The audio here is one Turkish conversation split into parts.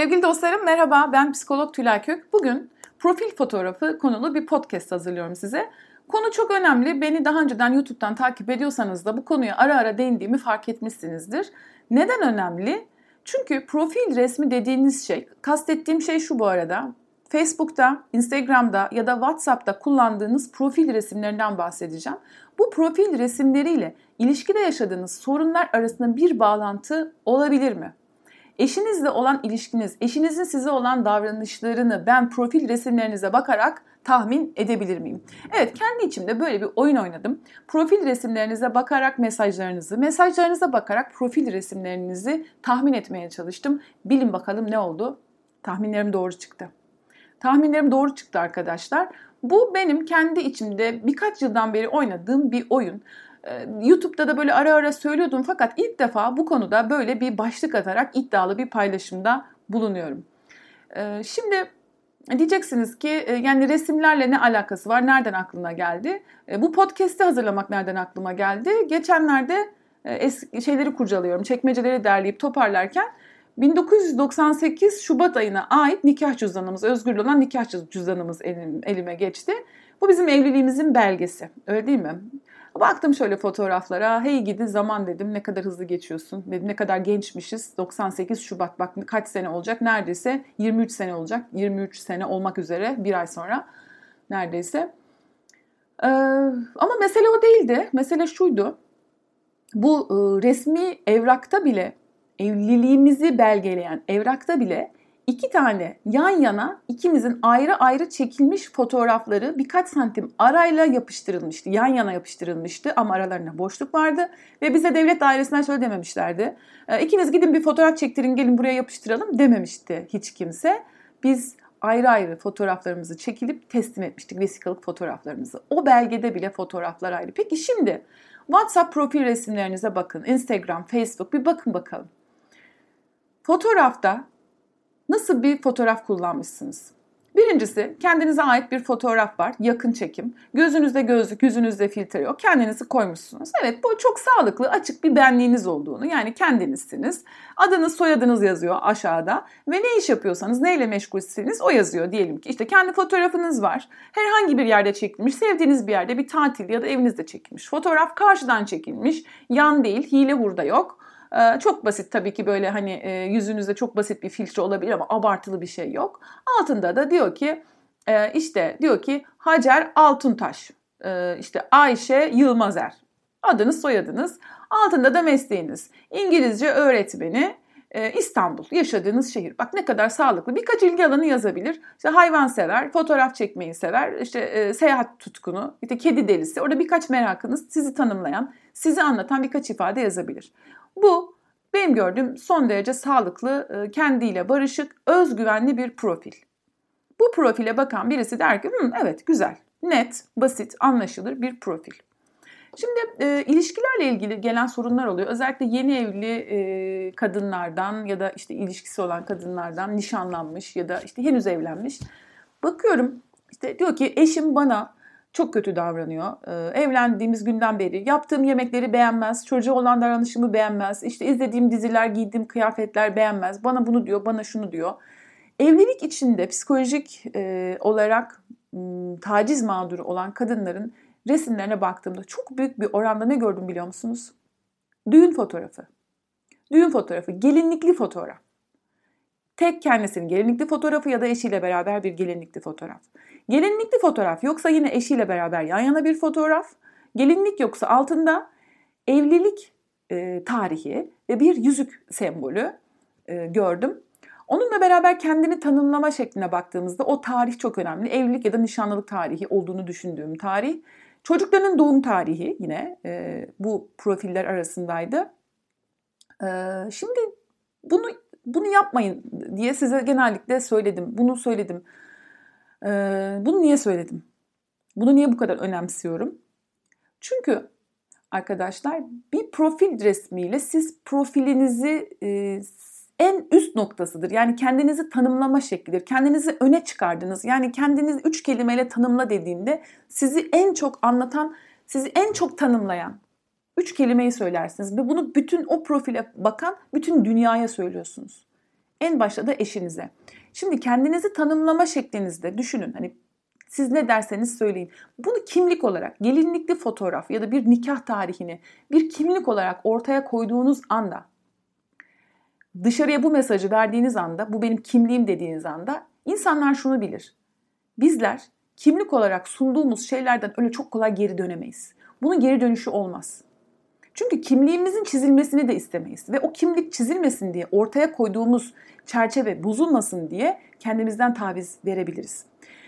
Sevgili dostlarım merhaba, ben psikolog Tülay Kök. Bugün profil fotoğrafı konulu bir podcast hazırlıyorum size. Konu çok önemli. Beni daha önceden YouTube'dan takip ediyorsanız da bu konuya ara ara değindiğimi fark etmişsinizdir. Neden önemli? Çünkü profil resmi dediğiniz şey, kastettiğim şey şu bu arada. Facebook'ta, Instagram'da ya da WhatsApp'ta kullandığınız profil resimlerinden bahsedeceğim. Bu profil resimleriyle ilişkide yaşadığınız sorunlar arasında bir bağlantı olabilir mi? Eşinizle olan ilişkiniz, eşinizin size olan davranışlarını ben profil resimlerinize bakarak tahmin edebilir miyim? Evet, kendi içimde böyle bir oyun oynadım. Profil resimlerinize bakarak mesajlarınıza bakarak profil resimlerinizi tahmin etmeye çalıştım. Bilin bakalım ne oldu? Tahminlerim doğru çıktı. Tahminlerim doğru çıktı arkadaşlar. Bu benim kendi içimde birkaç yıldan beri oynadığım bir oyun. YouTube'da da böyle ara ara söylüyordum fakat ilk defa bu konuda böyle bir başlık atarak iddialı bir paylaşımda bulunuyorum. Şimdi diyeceksiniz ki yani resimlerle ne alakası var? Nereden aklına geldi? Bu podcast'i hazırlamak nereden aklıma geldi? Geçenlerde eski şeyleri kurcalıyorum, çekmeceleri derleyip toparlarken 1998 Şubat ayına ait nikah cüzdanımız, özgür olan nikah cüzdanımız elime geçti. Bu bizim evliliğimizin belgesi, öyle değil mi? Baktım şöyle fotoğraflara, hey gidi zaman dedim, ne kadar hızlı geçiyorsun, dedim, ne kadar gençmişiz. 98 Şubat bak kaç sene olacak, neredeyse 23 sene olacak, 23 sene olmak üzere bir ay sonra neredeyse. Ama mesele o değildi, mesele şuydu, bu resmi evrakta bile, evliliğimizi belgeleyen evrakta bile 2 tane yan yana ikimizin ayrı ayrı çekilmiş fotoğrafları birkaç santim arayla yapıştırılmıştı. Yan yana yapıştırılmıştı ama aralarında boşluk vardı. Ve bize devlet dairesinden şöyle dememişlerdi. İkiniz gidin bir fotoğraf çektirin gelin buraya yapıştıralım dememişti hiç kimse. Biz ayrı ayrı fotoğraflarımızı çekilip teslim etmiştik, vesikalık fotoğraflarımızı. O belgede bile fotoğraflar ayrı. Peki şimdi WhatsApp profil resimlerinize bakın. Instagram, Facebook bir bakın bakalım. Fotoğrafta nasıl bir fotoğraf kullanmışsınız? Birincisi kendinize ait bir fotoğraf var. Yakın çekim. Gözünüzde gözlük, yüzünüzde filtre yok. Kendinizi koymuşsunuz. Evet bu çok sağlıklı, açık bir benliğiniz olduğunu. Yani kendinizsiniz. Adınız, soyadınız yazıyor aşağıda. Ve ne iş yapıyorsanız, neyle meşgulseniz o yazıyor. Diyelim ki işte kendi fotoğrafınız var. Herhangi bir yerde çekilmiş, sevdiğiniz bir yerde bir tatil ya da evinizde çekilmiş. Fotoğraf karşıdan çekilmiş. Yan değil, hile hurda yok. Çok basit tabii ki böyle hani yüzünüzde çok basit bir filtre olabilir ama abartılı bir şey yok. Altında da diyor ki işte diyor ki Hacer Altuntaş, işte Ayşe Yılmazer. Adınız soyadınız. Altında da mesleğiniz. İngilizce öğretmeni, İstanbul, yaşadığınız şehir. Bak ne kadar sağlıklı. Birkaç ilgi alanı yazabilir. İşte hayvan sever, fotoğraf çekmeyi sever, işte seyahat tutkunu, işte kedi delisi. Orada birkaç merakınız sizi tanımlayan, sizi anlatan birkaç ifade yazabilir. Bu benim gördüğüm son derece sağlıklı, kendiyle barışık, özgüvenli bir profil. Bu profile bakan birisi der ki evet güzel, net, basit, anlaşılır bir profil. Şimdi ilişkilerle ilgili gelen sorunlar oluyor. Özellikle yeni evli kadınlardan ya da işte ilişkisi olan kadınlardan, nişanlanmış ya da işte henüz evlenmiş. Bakıyorum işte diyor ki eşim bana çok kötü davranıyor. Evlendiğimiz günden beri yaptığım yemekleri beğenmez, çocuğu olan davranışımı beğenmez, işte izlediğim diziler, giydiğim kıyafetler beğenmez. Bana bunu diyor, bana şunu diyor. Evlilik içinde psikolojik olarak taciz mağduru olan kadınların resimlerine baktığımda çok büyük bir oranda ne gördüm biliyor musunuz? Düğün fotoğrafı. Düğün fotoğrafı, gelinlikli fotoğraf. Tek kendisinin gelinlikli fotoğrafı ya da eşiyle beraber bir gelinlikli fotoğraf. Gelinlikli fotoğraf yoksa yine eşiyle beraber yan yana bir fotoğraf. Gelinlik yoksa altında evlilik tarihi ve bir yüzük sembolü gördüm. Onunla beraber kendini tanımlama şekline baktığımızda o tarih çok önemli. Evlilik ya da nişanlılık tarihi olduğunu düşündüğüm tarih. Çocukların doğum tarihi yine bu profiller arasındaydı. Şimdi bunu yapmayın diye size genellikle söyledim. Bunu söyledim. Bunu niye söyledim? Bunu niye bu kadar önemsiyorum? Çünkü arkadaşlar bir profil resmiyle siz profilinizi en üst noktasıdır. Yani kendinizi tanımlama şeklidir. Kendinizi öne çıkardınız. Yani kendinizi 3 kelimeyle tanımla dediğimde sizi en çok anlatan, sizi en çok tanımlayan 3 kelimeyi söylersiniz. Ve bunu bütün o profile bakan bütün dünyaya söylüyorsunuz. En başta da eşinize. Şimdi kendinizi tanımlama şeklinizde düşünün. Hani siz ne derseniz söyleyin. Bunu kimlik olarak, gelinlikli fotoğraf ya da bir nikah tarihini bir kimlik olarak ortaya koyduğunuz anda, dışarıya bu mesajı verdiğiniz anda, bu benim kimliğim dediğiniz anda insanlar şunu bilir. Bizler kimlik olarak sunduğumuz şeylerden öyle çok kolay geri dönemeyiz. Bunun geri dönüşü olmaz. Çünkü kimliğimizin çizilmesini de istemeyiz. Ve o kimlik çizilmesin diye ortaya koyduğumuz çerçeve bozulmasın diye kendimizden taviz verebiliriz.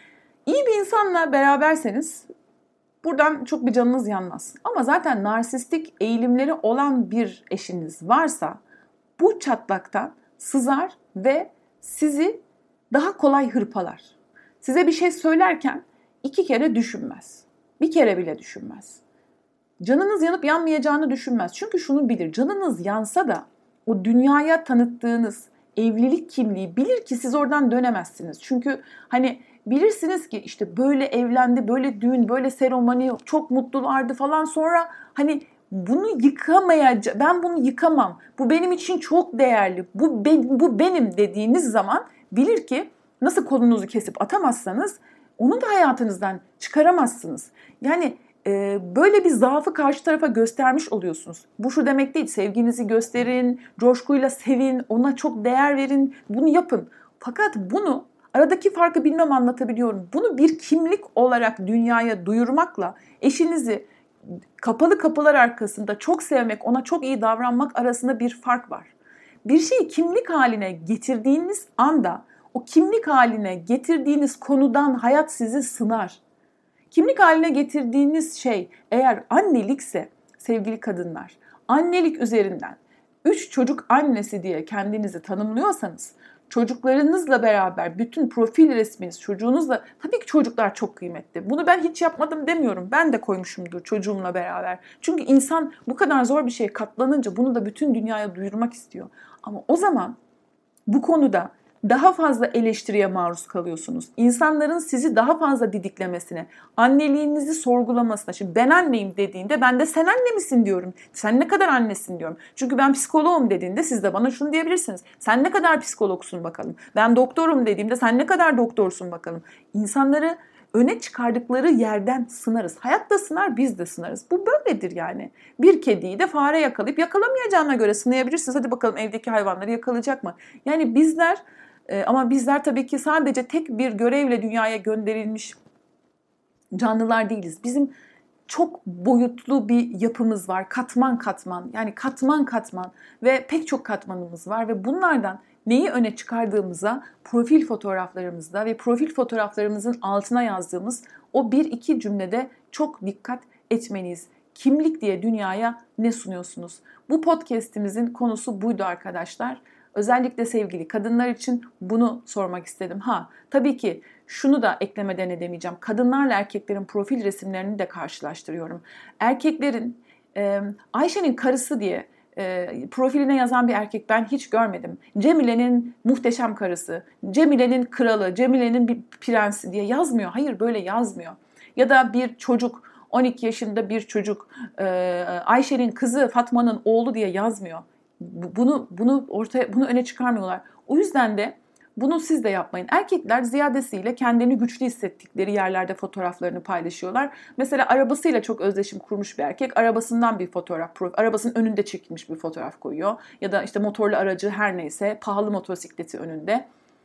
İyi bir insanla beraberseniz buradan çok bir canınız yanmaz. Ama zaten narsistik eğilimleri olan bir eşiniz varsa bu çatlaktan sızar ve sizi daha kolay hırpalar. Size bir şey söylerken 2 kere düşünmez. 1 kere bile düşünmez. Canınız yanıp yanmayacağını düşünmez. Çünkü şunu bilir. Canınız yansa da o dünyaya tanıttığınız evlilik kimliği bilir ki siz oradan dönemezsiniz. Çünkü hani bilirsiniz ki işte böyle evlendi, böyle düğün, böyle seremoni, çok mutlulardı falan, sonra hani bunu yıkamayacağım, ben bunu yıkamam, bu benim için çok değerli, bu benim dediğiniz zaman bilir ki nasıl kolunuzu kesip atamazsanız onu da hayatınızdan çıkaramazsınız. Yani böyle bir zaafı karşı tarafa göstermiş oluyorsunuz. Bu şu demek değil, sevginizi gösterin, coşkuyla sevin, ona çok değer verin, bunu yapın. Fakat bunu, aradaki farkı bilmem anlatabiliyorum. Bunu bir kimlik olarak dünyaya duyurmakla eşinizi kapalı kapılar arkasında çok sevmek, ona çok iyi davranmak arasında bir fark var. Bir şeyi kimlik haline getirdiğiniz anda o kimlik haline getirdiğiniz konudan hayat sizi sınar. Kimlik haline getirdiğiniz şey eğer annelikse sevgili kadınlar, annelik üzerinden 3 çocuk annesi diye kendinizi tanımlıyorsanız, çocuklarınızla beraber bütün profil resminiz çocuğunuzla, tabii ki çocuklar çok kıymetli. Bunu ben hiç yapmadım demiyorum. Ben de koymuşumdur çocuğumla beraber. Çünkü insan bu kadar zor bir şeye katlanınca bunu da bütün dünyaya duyurmak istiyor. Ama o zaman bu konuda daha fazla eleştiriye maruz kalıyorsunuz. İnsanların sizi daha fazla didiklemesine, anneliğinizi sorgulamasına. Şimdi ben anneyim dediğinde ben de sen anne misin diyorum. Sen ne kadar annesin diyorum. Çünkü ben psikoloğum dediğinde siz de bana şunu diyebilirsiniz. Sen ne kadar psikologsun bakalım. Ben doktorum dediğimde sen ne kadar doktorsun bakalım. İnsanları öne çıkardıkları yerden sınarız. Hayat da sınar, biz de sınarız. Bu böyledir yani. Bir kediyi de fare yakalayıp yakalamayacağına göre sınayabilirsiniz. Hadi bakalım evdeki hayvanları yakalayacak mı? Yani bizler ama bizler tabii ki sadece tek bir görevle dünyaya gönderilmiş canlılar değiliz. Bizim çok boyutlu bir yapımız var. Katman katman, yani katman katman ve pek çok katmanımız var ve bunlardan neyi öne çıkardığımıza profil fotoğraflarımızda ve profil fotoğraflarımızın altına yazdığımız o 1-2 cümlede çok dikkat etmeliyiz. Kimlik diye dünyaya ne sunuyorsunuz? Bu podcast'imizin konusu buydu arkadaşlar. Özellikle sevgili kadınlar için bunu sormak istedim. Tabii ki şunu da eklemeden edemeyeceğim. Kadınlarla erkeklerin profil resimlerini de karşılaştırıyorum. Erkeklerin Ayşe'nin karısı diye profiline yazan bir erkek ben hiç görmedim. Cemile'nin muhteşem karısı, Cemile'nin kralı, Cemile'nin bir prensi diye yazmıyor. Hayır, böyle yazmıyor. Ya da bir çocuk, 12 yaşında bir çocuk Ayşe'nin kızı Fatma'nın oğlu diye yazmıyor. Bunu öne çıkarmıyorlar. O yüzden de bunu siz de yapmayın. Erkekler ziyadesiyle kendini güçlü hissettikleri yerlerde fotoğraflarını paylaşıyorlar. Mesela arabasıyla çok özdeşim kurmuş bir erkek arabasından bir fotoğraf, arabasının önünde çekilmiş bir fotoğraf koyuyor. Ya da işte motorlu aracı, her neyse, pahalı motosikleti önünde.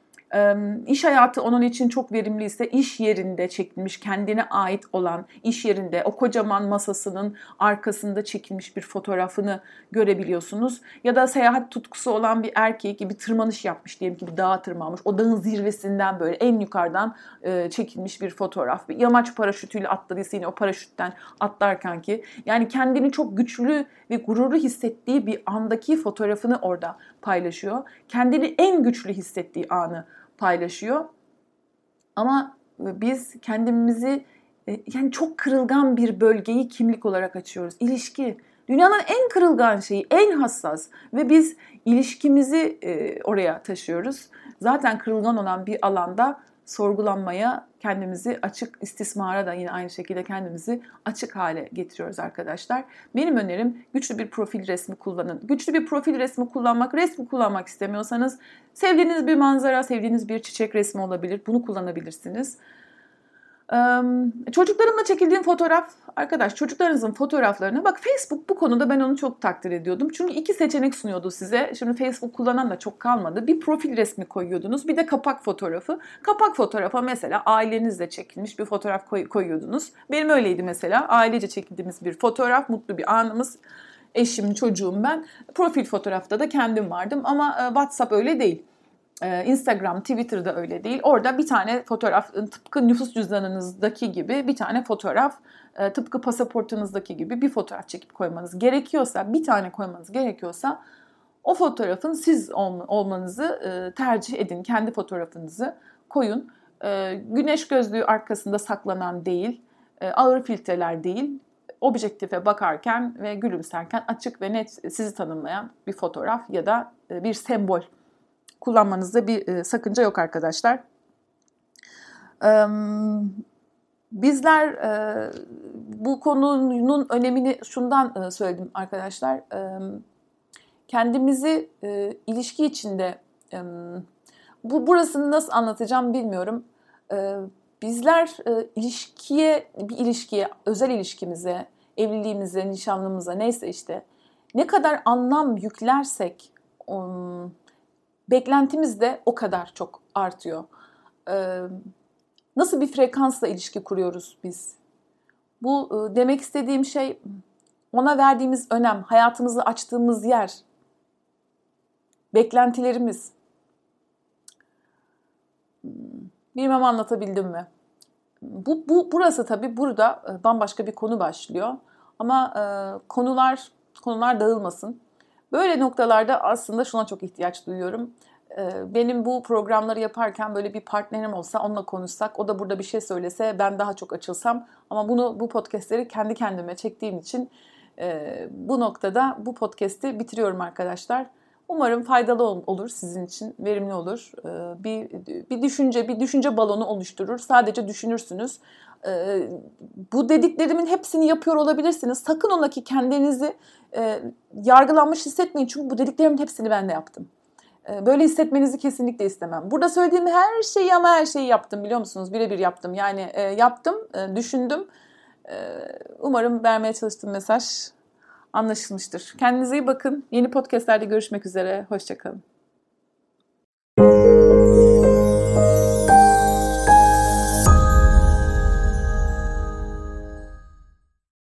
İş hayatı onun için çok verimliyse iş yerinde çekilmiş, kendine ait olan iş yerinde o kocaman masasının arkasında çekilmiş bir fotoğrafını görebiliyorsunuz. Ya da seyahat tutkusu olan bir erkek bir tırmanış yapmış, diyelim ki bir dağa tırmanmış. O dağın zirvesinden böyle en yukarıdan çekilmiş bir fotoğraf. Bir yamaç paraşütüyle atladıysa yine o paraşütten atlarken ki, yani kendini çok güçlü ve gururlu hissettiği bir andaki fotoğrafını orada paylaşıyor. Kendini en güçlü hissettiği anı paylaşıyor. Ama biz kendimizi yani çok kırılgan bir bölgeyi kimlik olarak açıyoruz. İlişki. Dünyanın en kırılgan şeyi, en hassas ve biz ilişkimizi oraya taşıyoruz. Zaten kırılgan olan bir alanda sorgulanmaya kendimizi açık, istismara da yine aynı şekilde kendimizi açık hale getiriyoruz arkadaşlar. Benim önerim güçlü bir profil resmi kullanın. Güçlü bir profil resmi kullanmak istemiyorsanız sevdiğiniz bir manzara, sevdiğiniz bir çiçek resmi olabilir. Bunu kullanabilirsiniz. Çocuklarımla çekildiğim fotoğraf, arkadaş çocuklarınızın fotoğraflarına bak, Facebook bu konuda ben onu çok takdir ediyordum. Çünkü iki seçenek sunuyordu size. Şimdi Facebook kullanan da çok kalmadı. Bir profil resmi koyuyordunuz, bir de kapak fotoğrafı. Kapak fotoğrafa mesela ailenizle çekilmiş bir fotoğraf koyuyordunuz. Benim öyleydi mesela. Ailece çekildiğimiz bir fotoğraf, mutlu bir anımız. Eşim, çocuğum, ben. Profil fotoğrafta da kendim vardım ama WhatsApp öyle değil. Instagram, Twitter'da öyle değil. Orada bir tane fotoğraf, tıpkı nüfus cüzdanınızdaki gibi bir tane fotoğraf, tıpkı pasaportunuzdaki gibi bir fotoğraf çekip koymanız gerekiyorsa, bir tane koymanız gerekiyorsa o fotoğrafın siz olmanızı tercih edin. Kendi fotoğrafınızı koyun. Güneş gözlüğü arkasında saklanan değil, ağır filtreler değil, objektife bakarken ve gülümserken açık ve net sizi tanımlayan bir fotoğraf ya da bir sembol kullanmanızda bir sakınca yok arkadaşlar. Bizler bu konunun önemini şundan söyledim arkadaşlar. Kendimizi ilişki içinde, burasını nasıl anlatacağım bilmiyorum. Bizler bir ilişkiye, özel ilişkimize, evliliğimize, nişanlımıza, neyse işte ne kadar anlam yüklersek beklentimiz de o kadar çok artıyor. Nasıl bir frekansla ilişki kuruyoruz biz? Bu demek istediğim şey, ona verdiğimiz önem, hayatımızı açtığımız yer, beklentilerimiz. Bilmem anlatabildim mi? Burası tabii, burada bambaşka bir konu başlıyor. Ama konular dağılmasın. Böyle noktalarda aslında şuna çok ihtiyaç duyuyorum. Benim bu programları yaparken böyle bir partnerim olsa, onunla konuşsak, o da burada bir şey söylese, ben daha çok açılsam. Ama bu podcastleri kendi kendime çektiğim için bu noktada bu podcast'i bitiriyorum arkadaşlar. Umarım faydalı olur sizin için, verimli olur. Bir düşünce balonu oluşturur. Sadece düşünürsünüz. Bu dediklerimin hepsini yapıyor olabilirsiniz. Sakın ola ki kendinizi yargılanmış hissetmeyin. Çünkü bu dediklerimin hepsini ben de yaptım. Böyle hissetmenizi kesinlikle istemem. Burada söylediğim her şeyi yaptım, biliyor musunuz? Birebir yaptım. Yani yaptım, düşündüm. Umarım vermeye çalıştığım mesaj anlaşılmıştır. Kendinize iyi bakın. Yeni podcastlerde görüşmek üzere. Hoşça kalın.